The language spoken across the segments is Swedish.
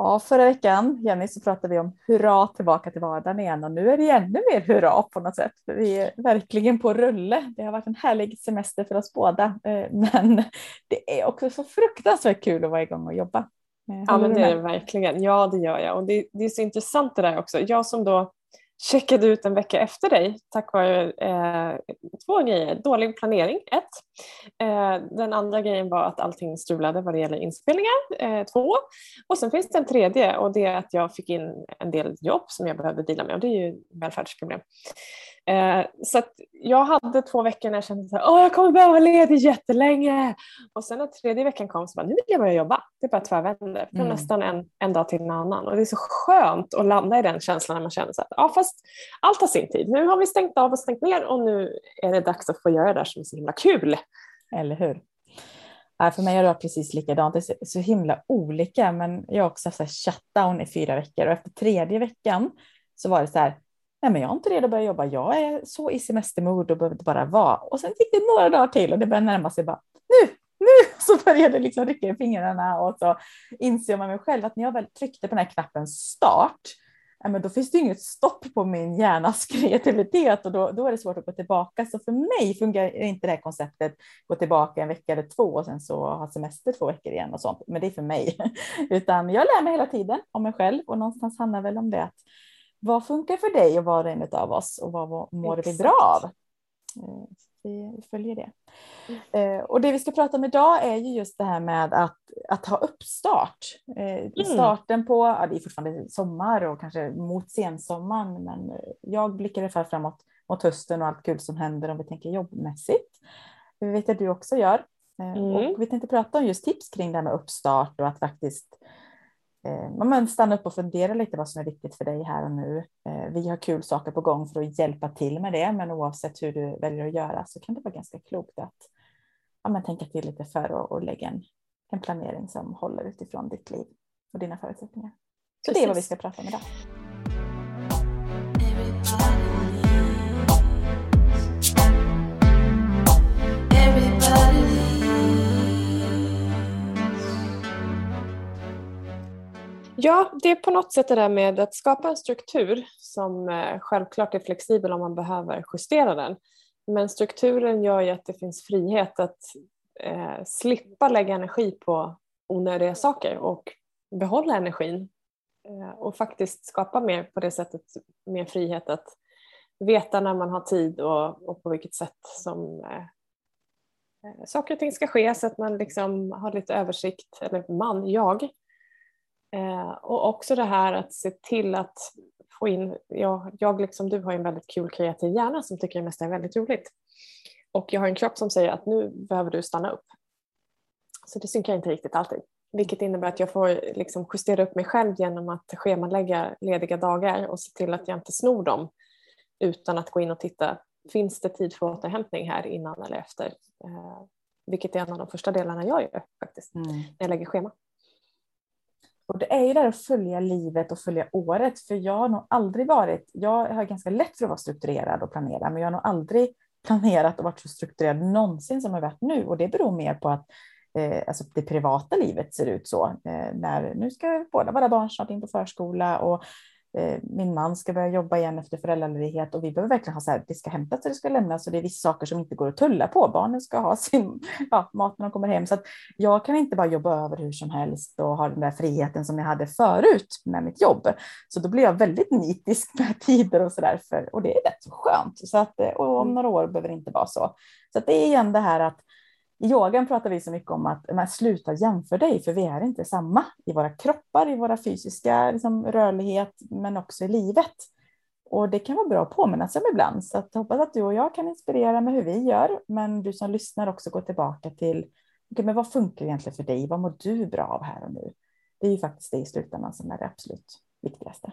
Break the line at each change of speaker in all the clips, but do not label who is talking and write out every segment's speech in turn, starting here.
Ja, förra veckan, Jenny, så pratade vi om hurra tillbaka till vardagen igen och nu är det ännu mer hurra på något sätt. För vi är verkligen på rulle. Det har varit en härlig semester för oss båda, men det är också så fruktansvärt kul att vara igång och jobba.
Ja,
Håller
men
du
det är
med?
det verkligen. Ja, det gör jag. Och det är så intressant det där också. Jag som då checkade ut en vecka efter dig tack vare två grejer. Dålig planering, ett. Den andra grejen var att allting strulade vad det gäller inspelningar, två. Och sen finns det en tredje och det är att jag fick in en del jobb som jag behövde dela med och det är ju välfärdsproblem. Så att jag hade 2 veckor när jag kände att jag kommer behöva vara ledig jättelänge. Och sen när tredje veckan kom så bara, nu vill jag börja jobba. Det bara tvärvände från nästan en dag till en annan. Och det är så skönt att landa i den känslan när man känner så att fast allt har sin tid. Nu har vi stängt av och stängt ner och nu är det dags att få göra det där som är så himla kul.
Eller hur? Ja, för mig är det precis likadant. Det är så himla olika, men jag har också haft shutdown i 4 veckor och efter tredje veckan så var det så här, nej men jag är inte redo att börja jobba. Jag är så i semestermod och behöver bara vara. Och sen gick det några dagar till och det började närma sig bara, nu! Så började det liksom rycka i fingrarna och så inser man mig själv att när jag väl tryckte på den här knappen start, men då finns det inget stopp på min hjärnas kreativitet och då är det svårt att gå tillbaka. Så för mig fungerar inte det här konceptet gå tillbaka en vecka eller 2 och sen så ha semester 2 veckor igen och sånt. Men det är för mig. Utan jag lär mig hela tiden om mig själv och någonstans handlar väl om det. Vad funkar för dig och var och en av oss och vad mår vi bra av? Vi följer det. Och det vi ska prata om idag är ju just det här med att ha uppstart. Starten på, det är fortfarande sommar och kanske mot sensommaren, men jag blickar i alla fall framåt mot hösten och allt kul som händer om vi tänker jobbmässigt. Det vet jag du också gör. Och vi tänkte prata om just tips kring det här med uppstart och att faktiskt man stanna upp och fundera lite vad som är viktigt för dig här och nu. Vi har kul saker på gång för att hjälpa till med det, men oavsett hur du väljer att göra så kan det vara ganska klokt att tänka till lite för att lägga en planering som håller utifrån ditt liv och dina förutsättningar. Så precis. Det är vad vi ska prata om idag.
Ja, det är på något sätt det där med att skapa en struktur som självklart är flexibel om man behöver justera den. Men strukturen gör ju att det finns frihet att slippa lägga energi på onödiga saker och behålla energin. Och faktiskt skapa mer på det sättet, mer frihet att veta när man har tid och på vilket sätt som saker och ting ska ske så att man liksom har lite översikt, eller jag. Och också det här att se till att få in, jag liksom du har en väldigt kul kreativ hjärna som tycker det mesta är väldigt roligt. Och jag har en kropp som säger att nu behöver du stanna upp. Så det synkar inte riktigt alltid. Vilket innebär att jag får liksom justera upp mig själv genom att schemalägga lediga dagar och se till att jag inte snor dem utan att gå in och titta, finns det tid för återhämtning här innan eller efter? Vilket är en av de första delarna jag gör faktiskt, när jag lägger schema.
Och det är ju där att följa livet och följa året. För jag har nog aldrig jag har ganska lätt för att vara strukturerad och planera. Men jag har nog aldrig planerat och varit så strukturerad någonsin som jag har varit nu. Och det beror mer på att det privata livet ser ut så. När nu ska båda våra barn snart in på förskola och min man ska börja jobba igen efter föräldraledighet och vi behöver verkligen ha så här, det ska hämtas och det ska lämnas och det är vissa saker som inte går att tulla på. Barnen ska ha sin mat när de kommer hem så att jag kan inte bara jobba över hur som helst och ha den där friheten som jag hade förut med mitt jobb. Så då blir jag väldigt nitisk med tider och sådär och det är rätt så skönt. Så att, och om några år behöver det inte vara så. Så att det är igen det här att i yogan pratar vi så mycket om att sluta jämföra dig, för vi är inte samma i våra kroppar, i våra fysiska rörlighet, men också i livet. Och det kan vara bra att påminna sig om ibland. Så att hoppas att du och jag kan inspirera med hur vi gör, men du som lyssnar också går tillbaka till, men vad funkar egentligen för dig? Vad mår du bra av här och nu? Det är ju faktiskt det i slutändan som är det absolut viktigaste.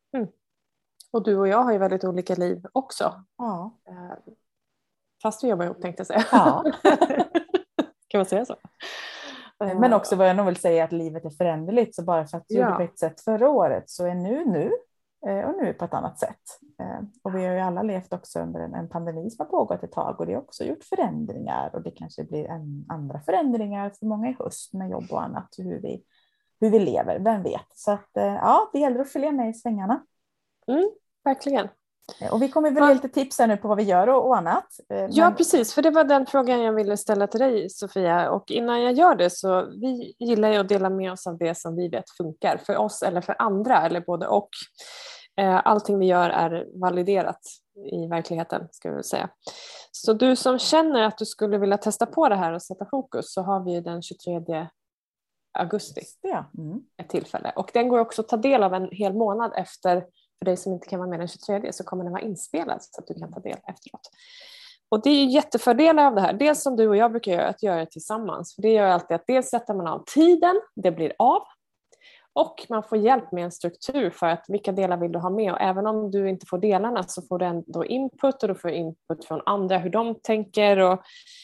Och du och jag har ju väldigt olika liv också.
Ja.
Fast vi jobbar ihop tänkte jag säga.
Ja.
Kan man säga så?
Men också vad jag nog vill säga att livet är föränderligt. Så bara för att du gjorde på ett sätt förra året så är nu och nu på ett annat sätt. Och vi har ju alla levt också under en pandemi som har pågått ett tag och det har också gjort förändringar och det kanske blir andra förändringar för många i höst med jobb och annat. Hur vi hur vi lever, vem vet. Så att ja, det gäller att följa med i svängarna.
Verkligen.
Och vi kommer väl ge lite tips här nu på vad vi gör och annat.
Ja, precis. För det var den frågan jag ville ställa till dig, Sofia. Och innan jag gör det så vi gillar ju att dela med oss av det som vi vet funkar för oss eller för andra eller både och. Allting vi gör är validerat i verkligheten, ska jag väl säga. Så du som känner att du skulle vilja testa på det här och sätta fokus, så har vi ju den 23 augusti ett tillfälle. Och den går också att ta del av en hel månad efter. För dig som inte kan vara med den 23 så kommer den vara inspelad så att du kan ta del efteråt. Och det är jättefördelar av det här. Dels som du och jag brukar göra, att göra det tillsammans. För det gör alltid att dels sätter man av tiden, det blir av. Och man får hjälp med en struktur för att vilka delar vill du ha med. Och även om du inte får delarna så får du ändå input, och du får input från andra hur de tänker. Och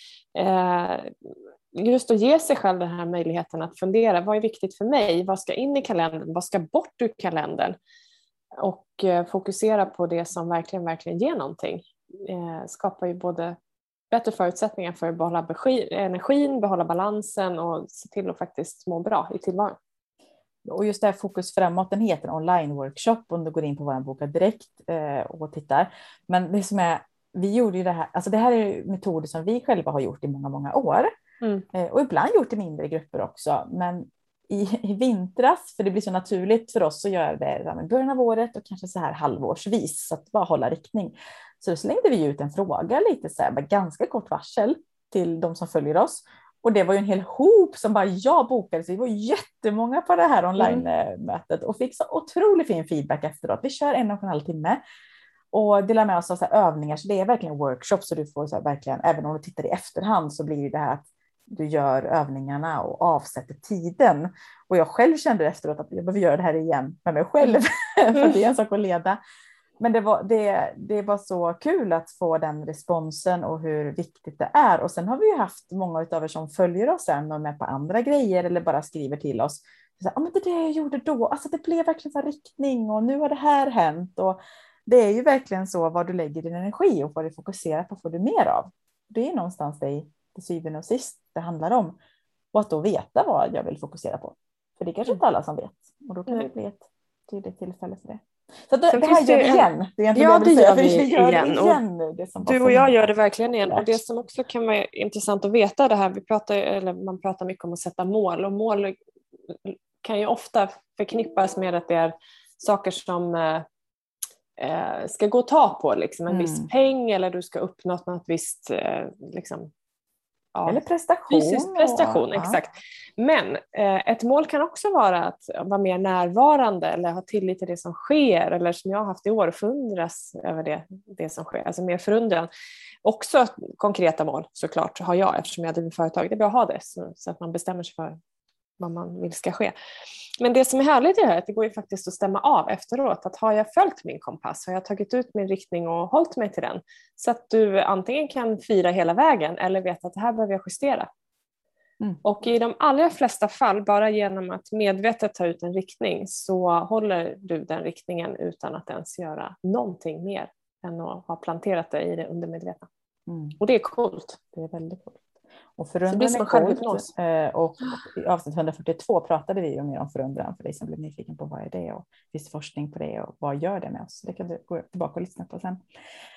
just att ge sig själv den här möjligheten att fundera. Vad är viktigt för mig? Vad ska in i kalendern? Vad ska bort ur kalendern? Och fokusera på det som verkligen ger någonting. Skapar ju både bättre förutsättningar för att behålla energin, behålla balansen och se till att faktiskt må bra i tillvaron.
Och just det här fokus framåt, den heter online-workshop om du går in på vår boka direkt och tittar. Men det som är, vi gjorde ju det här, alltså det här är metoder som vi själva har gjort i många år. Och ibland gjort i mindre grupper också, men i vintras, för det blir så naturligt för oss att göra det i början av året och kanske så här halvårsvis, så att bara hålla riktning. Så då slängde vi ut en fråga lite så här, med ganska kort varsel till de som följer oss. Och det var ju en hel hop som bara jag bokade, så vi var jättemånga på det här online-mötet och fick så otroligt fin feedback efteråt. Vi kör 1,5 timme och delar med oss av så här övningar, så det är verkligen workshops, så du får så här, verkligen, även om du tittar i efterhand så blir det här att du gör övningarna och avsätter tiden. Och jag själv kände efteråt att jag behöver göra det här igen med mig själv. För det är en sak att leda. Men det var så kul att få den responsen och hur viktigt det är. Och sen har vi ju haft många av er som följer oss sen och med på andra grejer eller bara skriver till oss. Så, men det är det jag gjorde då. Alltså det blev verkligen så riktning och nu har det här hänt. Och det är ju verkligen så, vad du lägger din energi och vad du fokuserar på får du mer av. Det är någonstans det till syvende och sist det handlar om. Och att då veta vad jag vill fokusera på. För det är kanske inte alla som vet. Och då kan det bli ett tydligt tillfälle för det. Så det här gör vi igen. Det
gör vi igen. Du och jag gör det verkligen igen.
Lärt.
Och det som också kan vara intressant att veta, det här man pratar mycket om att sätta mål. Och mål kan ju ofta förknippas med att det är saker som ska gå att ta på. Liksom en viss peng, eller du ska uppnå något visst liksom,
eller prestation.
Fysisk prestation, exakt. Men ett mål kan också vara att vara mer närvarande eller ha tillit till det som sker, eller som jag har haft i år, förundras över det som sker. Alltså mer förundran. Också konkreta mål såklart har jag, eftersom jag driver företag. Det är bra att ha det så att man bestämmer sig för vad man vill ska ske. Men det som är härligt är att det går ju faktiskt att stämma av efteråt. Att har jag följt min kompass? Har jag tagit ut min riktning och hållit mig till den? Så att du antingen kan fira hela vägen eller veta att det här behöver jag justera. Och i de allra flesta fall, bara genom att medvetet ta ut en riktning, så håller du den riktningen utan att ens göra någonting mer än att ha planterat det i det undermedvetna. Och det är coolt.
Det är väldigt coolt. Och förundran är coolt. Och i avsnitt 142 pratade vi ju mer om förundran för dig som blev nyfiken på vad är det och finns forskning på det och vad gör det med oss. Det kan du gå tillbaka och lyssna på sen.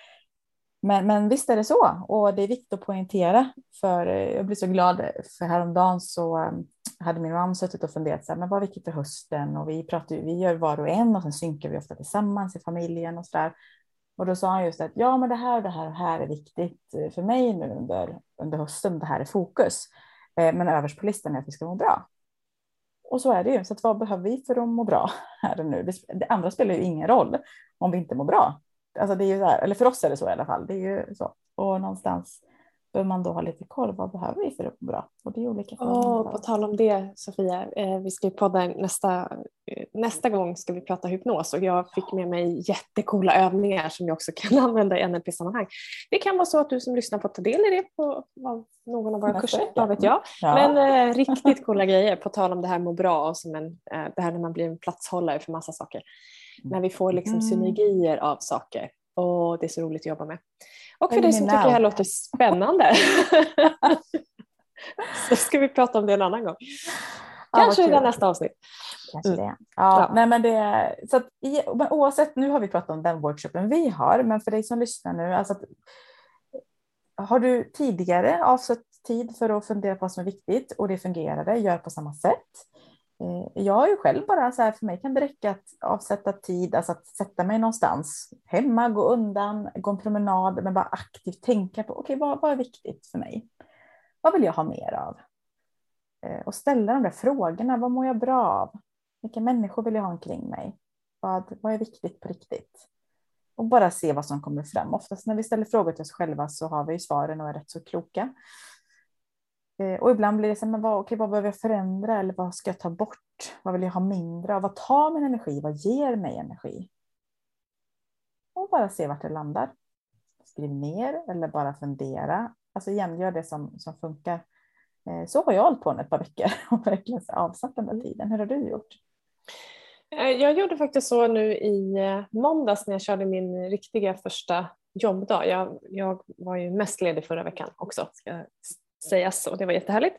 Men visst är det så, och det är viktigt att poängtera, för jag blir så glad, för häromdagen så hade min mamma suttit och funderat så här, men vad är viktigt för hösten, och vi gör var och en och sen synkar vi ofta tillsammans i familjen och så där. Och då sa han just att ja, men det här är viktigt för mig nu under hösten, det här är fokus. Men överst på listan är att vi ska må bra. Och så är det ju, så att vad behöver vi för att må bra här och nu? Det andra spelar ju ingen roll om vi inte mår bra. Alltså det är ju så här, eller för oss är det så i alla fall, det är ju så. Och någonstans behöver man då ha lite koll, vad behöver vi för att må bra? Och det är olika.
På tal om det, Sofia, vi ska ju podda nästa gång ska vi prata hypnos, och jag fick med mig jättekola övningar som jag också kan använda i NLP-sammanhang. Det kan vara så att du som lyssnar får ta del i det på någon av våra kurser, vad vet jag. Ja. Men riktigt coola grejer på tal om det här må bra, och som det här när man blir en platshållare för massa saker. När vi får liksom synergier av saker. Och det är så roligt att jobba med. Och för dig som tycker det här låter spännande så ska vi prata om det en annan gång. Kanske i det nästa avsnitt.
Kanske det. Ja. Nej, men så att men oavsett, nu har vi pratat om den workshopen vi har, men för dig som lyssnar nu, alltså har du tidigare avsatt tid för att fundera på vad som är viktigt och det fungerade, gör på samma sätt. Jag har ju själv bara så här, för mig kan det räcka att avsätta tid, alltså att sätta mig någonstans hemma, gå undan, gå en promenad, men bara aktivt tänka på okej, vad är viktigt för mig? Vad vill jag ha mer av? Och ställa de där frågorna, vad mår jag bra av? Vilka människor vill jag ha omkring mig? Vad är viktigt på riktigt? Och bara se vad som kommer fram. Oftast när vi ställer frågor till oss själva så har vi ju svaren och är rätt så kloka. Och ibland blir det så här, men vad behöver jag förändra? Eller vad ska jag ta bort? Vad vill jag ha mindre av? Vad tar min energi? Vad ger mig energi? Och bara se vart det landar. Skriv ner eller bara fundera. Alltså igen, gör det som funkar. Så har jag hållit på ett par veckor och verkligen avsatt den där tiden. Hur har du gjort?
Jag gjorde faktiskt så nu i måndags när jag körde min riktiga första jobbdag. Jag var ju mest ledig förra veckan också, ska sägas, och det var jättehärligt.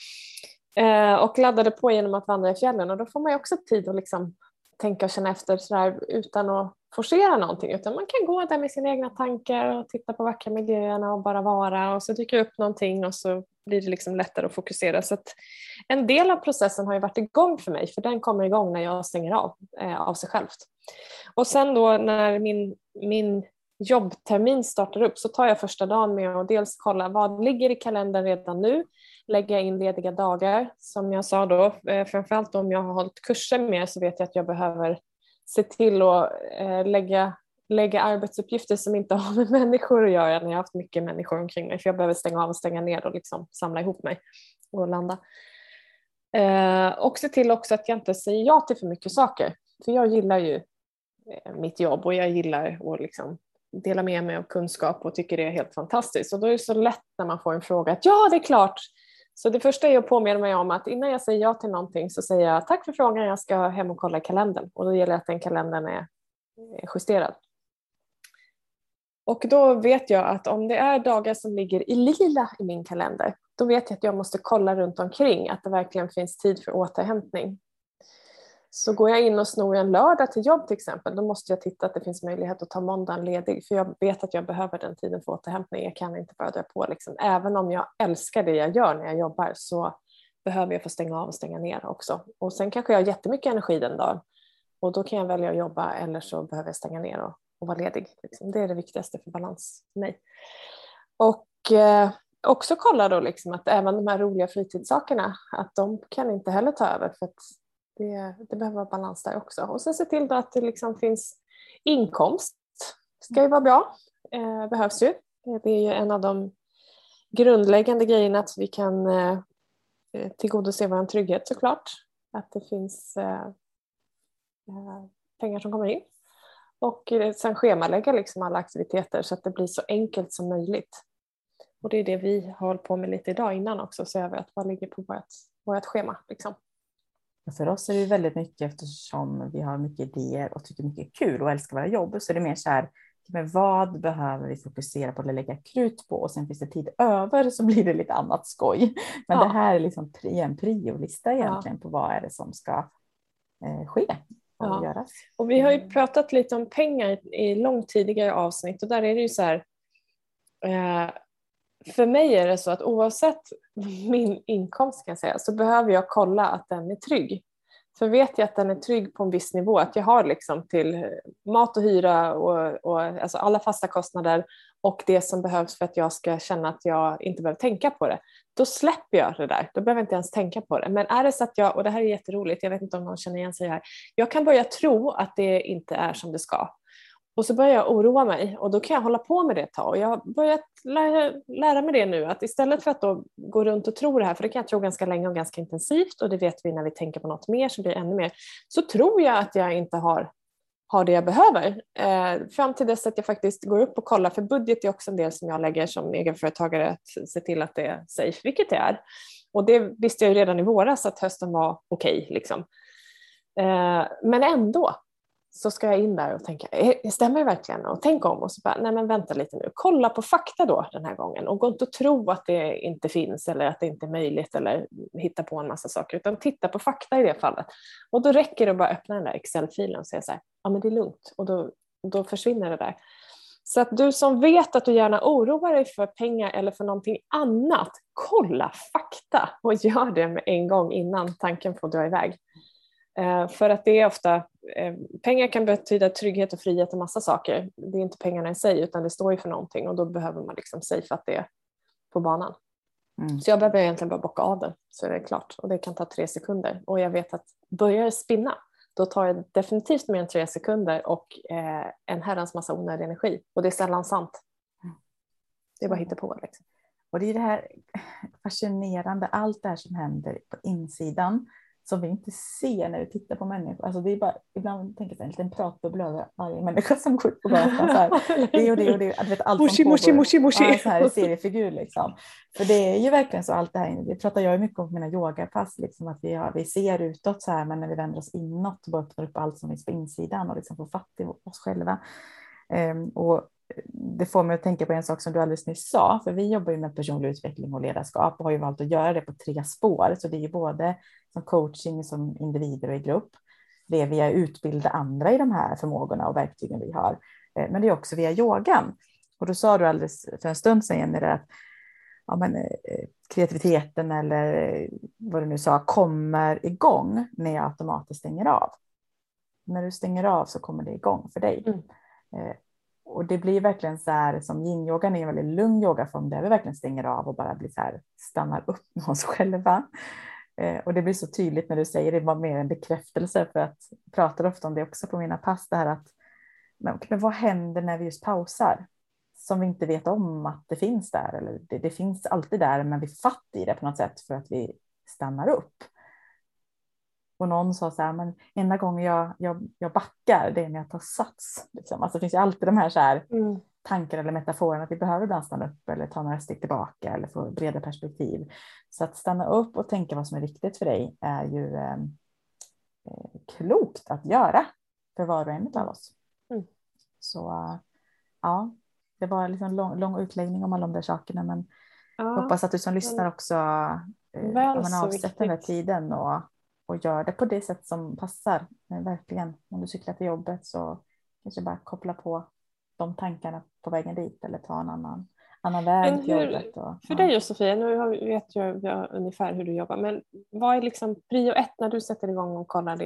Och laddade på genom att vandra i fjällen, och då får man ju också tid att liksom tänka och känna efter sådär, utan att forcera någonting, utan man kan gå där med sina egna tankar och titta på vackra miljöerna och bara vara, och så dyker upp någonting och så blir det liksom lättare att fokusera. Så att en del av processen har ju varit igång för mig, för den kommer igång när jag stänger av sig självt. Och sen då när min jobbtermin startar upp så tar jag första dagen med att dels kolla vad ligger i kalendern redan nu, lägga in lediga dagar. Som jag sa då, framförallt om jag har hållit kurser mer så vet jag att jag behöver se till att lägga arbetsuppgifter som inte har med människor att göra när jag har haft mycket människor omkring mig. För jag behöver stänga av och stänga ner och liksom samla ihop mig och landa. Och se till också att jag inte säger ja till för mycket saker. För jag gillar ju mitt jobb och jag gillar att liksom dela med mig av kunskap och tycker det är helt fantastiskt. Och då är det så lätt när man får en fråga att ja, det är klart. Så det första är att påminna mig om att innan jag säger ja till någonting så säger jag tack för frågan, jag ska hem och kolla i kalendern. Och då gäller det att den kalendern är justerad. Och då vet jag att om det är dagar som ligger i lila i min kalender, då vet jag att jag måste kolla runt omkring att det verkligen finns tid för återhämtning. Så går jag in och snor en lördag till jobb till exempel, då måste jag titta att det finns möjlighet att ta måndagen ledig. För jag vet att jag behöver den tiden för återhämtning. Jag kan inte bara dra på. Liksom. Även om jag älskar det jag gör när jag jobbar så behöver jag få stänga av och stänga ner också. Och sen kanske jag har jättemycket energi den dagen. Och då kan jag välja att jobba eller så behöver jag stänga ner och vara ledig. Liksom. Det är det viktigaste för balans för mig. Och också kolla då liksom att även de här roliga fritidssakerna, att de kan inte heller ta över för att det behöver vara balans där också. Och sen se till att det liksom finns inkomst. Det ska ju vara bra. Behövs ju. Det är ju en av de grundläggande grejerna att vi kan tillgodose vår trygghet såklart. Att det finns pengar som kommer in. Och sen schemalägga liksom alla aktiviteter så att det blir så enkelt som möjligt. Och det är det vi har hållit på med lite idag innan också. Så jag vet vad ligger på vårt schema liksom.
För oss är det väldigt mycket, eftersom vi har mycket idéer och tycker mycket är kul och älskar våra jobb, så är det mer så här, men vad behöver vi fokusera på eller lägga krut på, och sen finns det tid över så blir det lite annat skoj. Men det här är liksom en priolista egentligen på vad är det som ska ske och göras.
Och vi har ju pratat lite om pengar i långt tidigare avsnitt, och där är det ju så här, för mig är det så att oavsett min inkomst kan jag säga, så behöver jag kolla att den är trygg. För vet jag att den är trygg på en viss nivå, att jag har liksom till mat och hyra och alltså alla fasta kostnader och det som behövs för att jag ska känna att jag inte behöver tänka på det, då släpper jag det där. Då behöver jag inte ens tänka på det. Men är det så att jag, och det här är jätteroligt, jag vet inte om någon känner igen sig här, jag kan börja tro att det inte är som det ska. Och så börjar jag oroa mig, och då kan jag hålla på med det ett tag. Och jag har börjat lära mig det nu, att istället för att då gå runt och tro det här, för det kan jag tro ganska länge och ganska intensivt, och det vet vi när vi tänker på något mer så blir det ännu mer, så tror jag att jag inte har det jag behöver. Fram till dess att jag faktiskt går upp och kollar, för budget är också en del som jag lägger som egenföretagare, att se till att det är safe, vilket det är. Och det visste jag ju redan i våras att hösten var okej, liksom. Men ändå så ska jag in där och tänka, stämmer det verkligen? Och tänk om, och så bara, nej men vänta lite nu. Kolla på fakta då den här gången. Och gå inte och tro att det inte finns eller att det inte är möjligt eller hitta på en massa saker. Utan titta på fakta i det fallet. Och då räcker det att bara öppna den där Excel-filen och säga så här, ja men det är lugnt. Och då försvinner det där. Så att du som vet att du gärna oroar dig för pengar eller för någonting annat, kolla fakta och gör det med en gång innan tanken får dra iväg. För att det är ofta, pengar kan betyda trygghet och frihet och massa saker. Det är inte pengarna i sig utan det står ju för någonting och då behöver man liksom safea det på banan. Så jag behöver egentligen bara bocka av det så är det klart och det kan ta 3 sekunder. Och jag vet att börjar det spinna då tar det definitivt mer än 3 sekunder och en herrans massa onödig energi. Och det är sällan sant. Det är bara hitta på liksom.
Och det är det här fascinerande, allt det här som händer på insidan som vi inte ser när vi tittar på människor. Alltså det är bara, ibland tänker jag en liten pratbubbla över varje människa som går ut på gatan. Så här, det och det och det. Jag vet, allt
moshi,
som
moshi, moshi, moshi.
Ja, så här seriefigur liksom. För det är ju verkligen så allt det här. Det pratar jag mycket om på mina yogapass. Liksom, att vi ser utåt så här, men när vi vänder oss inåt och bara öppnar upp allt som finns på insidan och liksom får fatt i oss själva. Och det får mig att tänka på en sak som du alldeles nyss sa. För vi jobbar ju med personlig utveckling och ledarskap och har ju valt att göra det på 3 spår. Så det är ju både som coaching som individer och i grupp. Det är via utbilda andra i de här förmågorna och verktygen vi har. Men det är också via yogan. Och då sa du alldeles för en stund sedan det att ja, men, kreativiteten eller vad du nu sa kommer igång när jag automatiskt stänger av. När du stänger av så kommer det igång för dig. Och det blir verkligen så här som yin-yogan är en väldigt lugn yogaform där vi verkligen stänger av och bara blir så här, stannar upp med oss själva. Och det blir så tydligt när du säger det var mer en bekräftelse för att jag pratar ofta om det också på mina pass det här att men vad händer när vi just pausar som vi inte vet om att det finns där eller det finns alltid där men vi fatt i det på något sätt för att vi stannar upp. Och någon sa så här, men enda gången jag backar, det är när jag tar sats. Liksom. Alltså det finns ju alltid de här, tankar eller metaforer att vi behöver ibland stanna upp eller ta några steg tillbaka eller få breda perspektiv. Så att stanna upp och tänka vad som är viktigt för dig är ju klokt att göra för var och en av oss. Så ja, det var liksom lång utläggning om alla de där sakerna, men jag hoppas att du som lyssnar också avsätter den där tiden och gör det på det sätt som passar. Men verkligen, om du cyklar till jobbet så kanske bara koppla på de tankarna på vägen dit eller ta en annan väg till jobbet.
För dig Josefia, nu vet jag ungefär hur du jobbar, men vad är liksom prio 1 när du sätter igång och kollar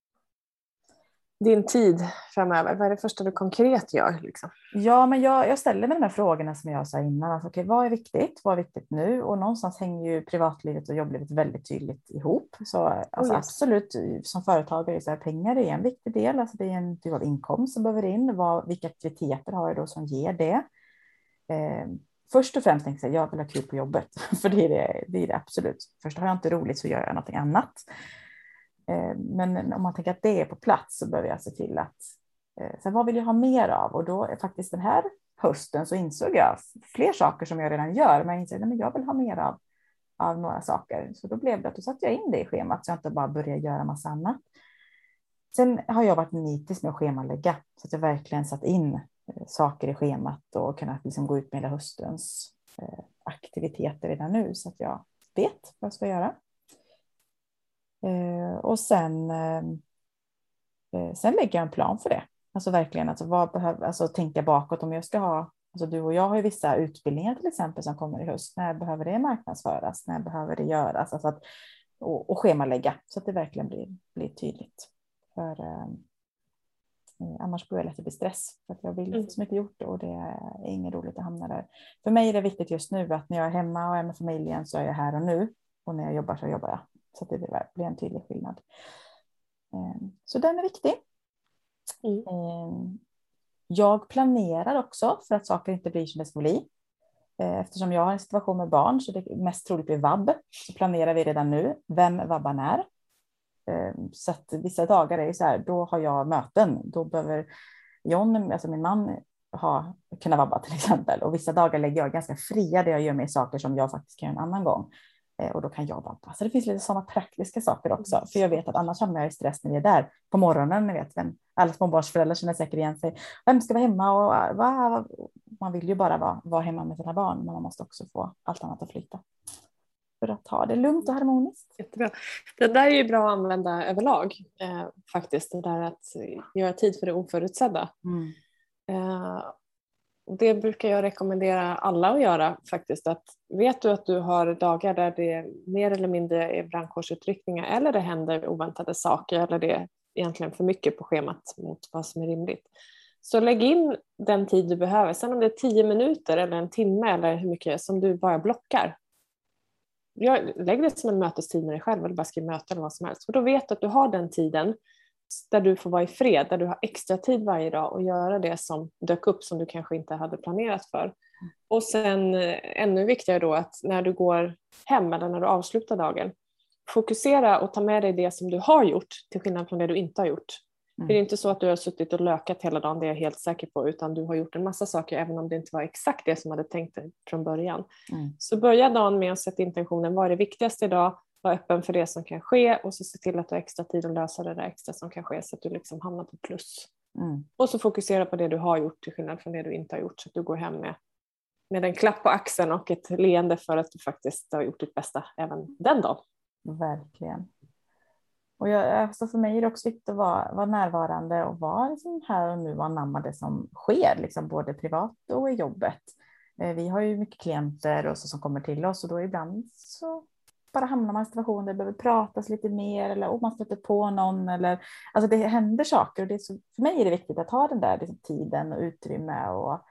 din tid framöver? Vad är det första du konkret gör? Liksom?
Ja, men jag ställer mig de här frågorna som jag sa innan. Alltså, okay, vad är viktigt? Vad är viktigt nu? Och någonstans hänger ju privatlivet och jobblivet väldigt tydligt ihop. Så alltså, absolut, som företagare så är pengar är en viktig del. Alltså, det är en typ av inkomst som behöver in. Vilka aktiviteter har jag då som ger det? Först och främst tänker jag vill ha kul på jobbet. För det är det absolut. Först har jag inte roligt så gör jag någonting annat. Men om man tänker att det är på plats så behöver jag se till att så vad vill jag ha mer av? Och då är faktiskt den här hösten så insåg jag fler saker som jag redan gör. Men jag insåg att jag vill ha mer av några saker. Så då blev det att då satte jag in det i schemat så jag inte bara började göra massa annat. Sen har jag varit nitisk med att schemalägga så att jag verkligen satt in saker i schemat och kunnat liksom gå ut med hela höstens aktiviteter redan nu så att jag vet vad jag ska göra. Och sen lägger jag en plan för det. Alltså verkligen, alltså tänka bakåt om jag ska ha, alltså du och jag har ju vissa utbildningar till exempel som kommer i höst. När behöver det marknadsföras? När behöver det göras? Alltså och schemalägga så att det verkligen blir tydligt. För annars blir det lätt att bli stress. För att jag vill få så mycket gjort och det är inget roligt att hamna där. För mig är det viktigt just nu att när jag är hemma och är med familjen så är jag här och nu. Och när jag jobbar så jobbar jag. Så att det blir en tydlig skillnad. Så den är viktig. Jag planerar också för att saker inte blir som det ska bli. Eftersom jag har en situation med barn så det mest troligt blir vabb. Så planerar vi redan nu vem vabban är. Så att vissa dagar är det så här, då har jag möten. Då behöver John, alltså min man, kunna vabba till exempel. Och vissa dagar lägger jag ganska fria där jag gör med saker som jag faktiskt kan göra en annan gång. Och då kan jag vabba. Så det finns lite sådana praktiska saker också. För jag vet att annars hamnar jag i stress när vi är där på morgonen. Ni vet, alla småbarnsföräldrar känner säkert igen sig. Vem ska vara hemma? Och man vill ju bara vara hemma med sina barn, men man måste också få allt annat att flyta. För att ha det lugnt och harmoniskt.
Jättebra. Det där är ju bra att använda överlag faktiskt. Det där att göra tid för det oförutsedda. Det brukar jag rekommendera alla att göra faktiskt. Att vet du att du har dagar där det mer eller mindre är brandkårsutryckningar eller det händer oväntade saker eller det är egentligen för mycket på schemat mot vad som är rimligt. Så lägg in den tid du behöver. Sen om det är 10 minuter eller en timme eller hur mycket som du bara blockar. Lägg det som en mötestid med dig själv eller bara skriv möte eller vad som helst. För då vet du att du har den tiden där du får vara i fred, där du har extra tid varje dag och göra det som dök upp som du kanske inte hade planerat för. Och sen ännu viktigare då att när du går hem eller när du avslutar dagen, fokusera och ta med dig det som du har gjort till skillnad från det du inte har gjort. Det är inte så att du har suttit och lökat hela dagen, det är jag helt säker på, utan du har gjort en massa saker även om det inte var exakt det som du hade tänkt dig från början. Så börja dagen med att sätta intentionen, vad är det viktigaste idag? Var öppen för det som kan ske och så se till att du har extra tid att lösa det där extra som kan ske så att du liksom hamnar på plus. Och så fokusera på det du har gjort till skillnad från det du inte har gjort så att du går hem med en klapp på axeln och ett leende för att du faktiskt har gjort ditt bästa även den dagen.
Verkligen. Och så för mig är det också viktigt att vara närvarande och vara liksom här och nu och anamma det som sker, liksom både privat och i jobbet. Vi har ju mycket klienter och så som kommer till oss och då ibland så bara hamnar man i situationer där det behöver pratas lite mer eller man stöter på någon. Alltså det händer saker och för mig är det viktigt att ha den där liksom, tiden och utrymme. Och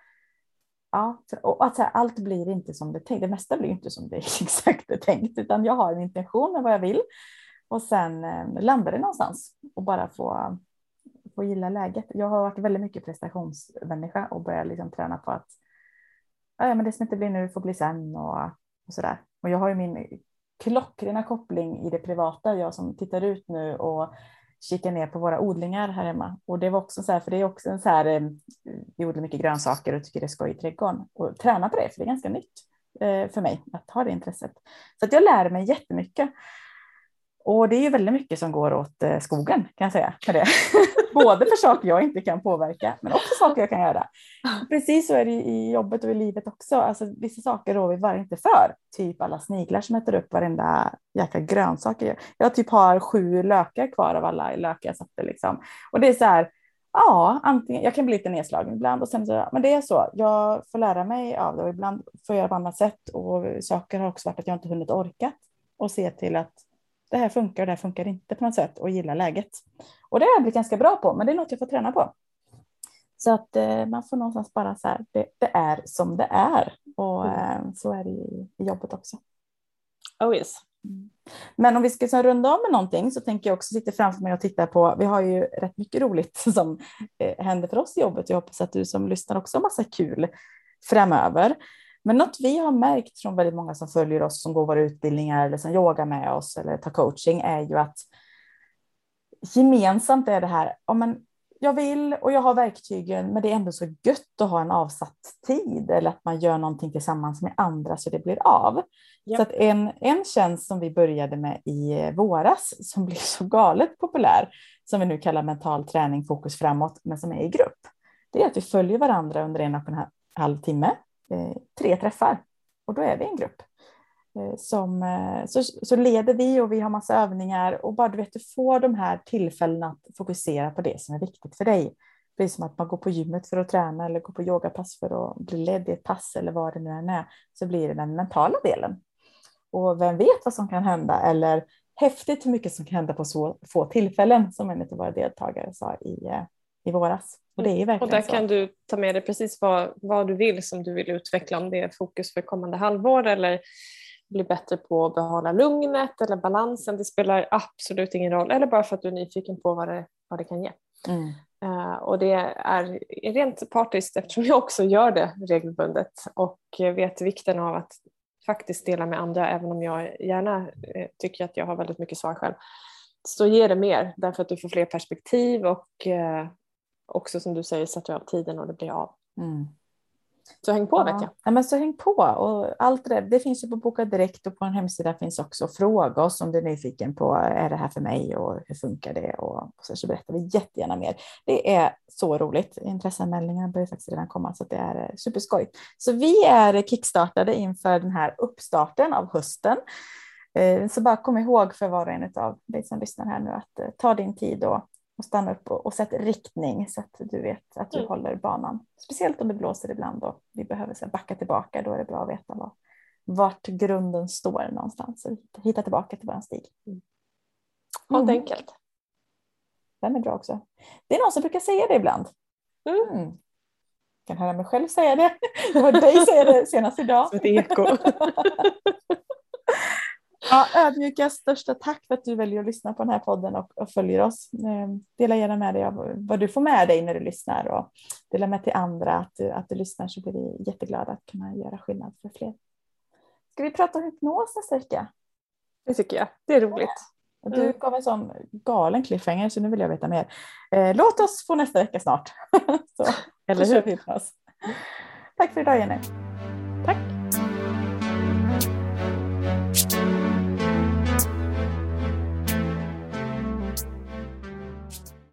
att så här, allt blir inte som det är tänkt. Det mesta blir inte som det är exakt tänkt utan jag har en intention med vad jag vill. Och sen landar det någonstans och bara få gilla läget. Jag har varit väldigt mycket prestationsmänniska och börjat liksom träna på att men det som inte blir nu får bli sen och sådär. Och jag har ju min klockrena koppling i det privata. Jag som tittar ut nu och kikar ner på våra odlingar här hemma. Och det var också så här, för det är också en så här, vi odlar mycket grönsaker och tycker det är skoj i trädgården. Och träna på det, för det är ganska nytt för mig att ha det intresset. Så att jag lär mig jättemycket. Och det är ju väldigt mycket som går åt skogen kan jag säga. Med det. Både för saker jag inte kan påverka men också saker jag kan göra. Precis så är det i jobbet och i livet också. Alltså, vissa saker rår vi bara inte för. Typ alla sniglar som äter upp varenda jäkla grönsaker. Jag typ har 7 lökar kvar av alla lökar jag satte liksom. Och det är så här, antingen, jag kan bli lite nedslagen ibland och sen så, men det är så. Jag får lära mig av det och ibland får jag göra på annat sätt. Och saker har också varit att jag inte hunnit orka och se till att det här funkar och det här funkar inte på något sätt och gilla läget. Och det har jag blivit ganska bra på, men det är något jag får träna på. Så att man får någonstans bara så här, det är som det är. Och så är det i jobbet också.
Oh yes.
Men om vi ska så runda av med någonting så tänker jag också sitta framför mig och titta på, vi har ju rätt mycket roligt som händer för oss i jobbet. Jag hoppas att du som lyssnar också har massa kul framöver. Men något vi har märkt från väldigt många som följer oss, som går våra utbildningar eller som yogar med oss eller tar coaching är ju att gemensamt är det här, jag vill och jag har verktygen men det är ändå så gött att ha en avsatt tid eller att man gör någonting tillsammans med andra så det blir av. Yep. Så att en tjänst som vi började med i våras som blev så galet populär som vi nu kallar mental träning, fokus framåt men som är i grupp. Det är att vi följer varandra under 1,5 timme. 3 träffar och då är vi en grupp så leder vi och vi har massa övningar och bara du får de här tillfällena att fokusera på det som är viktigt för dig. Det är som att man går på gymmet för att träna eller går på yogapass för att bli ledd i ett pass eller vad det nu än är, så blir det den mentala delen. Och vem vet vad som kan hända eller häftigt hur mycket som kan hända på så få tillfällen som en av våra deltagare sa i våras. Och det är verkligen
och där
så.
Kan du ta med dig precis vad du vill som du vill utveckla, om det är fokus för kommande halvår eller bli bättre på att behålla lugnet eller balansen. Det spelar absolut ingen roll, eller bara för att du är nyfiken på vad det kan ge. Och det är rent partiskt eftersom jag också gör det regelbundet och vet vikten av att faktiskt dela med andra, även om jag gärna tycker att jag har väldigt mycket svar själv. Så ger det mer därför att du får fler perspektiv och också som du säger sätter av tiden och det blir av. Så häng på vet jag.
Ja, men så häng på. Och allt det där, det finns ju på Boka Direkt och på en hemsida finns också. Fråga oss om du är nyfiken på, är det här för mig och hur funkar det? Och så berättar vi jättegärna mer. Det är så roligt. Intresseanmälningarna börjar faktiskt redan komma så det är superskoj. Så vi är kickstartade inför den här uppstarten av hösten. Så bara kom ihåg för var och en av dig som lyssnar här nu att ta din tid och stanna upp och sätta riktning så att du vet att du håller banan. Speciellt om det blåser ibland och vi behöver så backa tillbaka. Då är det bra att veta vart grunden står någonstans och hitta tillbaka till vår stig.
Ha det enkelt.
Den är bra också. Det är någon som brukar säga det ibland. Jag kan höra mig själv säga det. Jag hörde dig säga det senast idag.
Som ett eko.
Ja, ödmjukast största tack för att du väljer att lyssna på den här podden och följer oss. Dela gärna med dig av vad du får med dig när du lyssnar och dela med till andra att du lyssnar så blir vi jätteglada att kunna göra skillnad för fler. Ska vi prata om hypnos nästa vecka?
Det tycker jag. Det är roligt.
Ja. Du gav en sån galen cliffhanger så nu vill jag veta mer. Låt oss få nästa vecka snart. Så, eller hur? Tack för idag Jenny.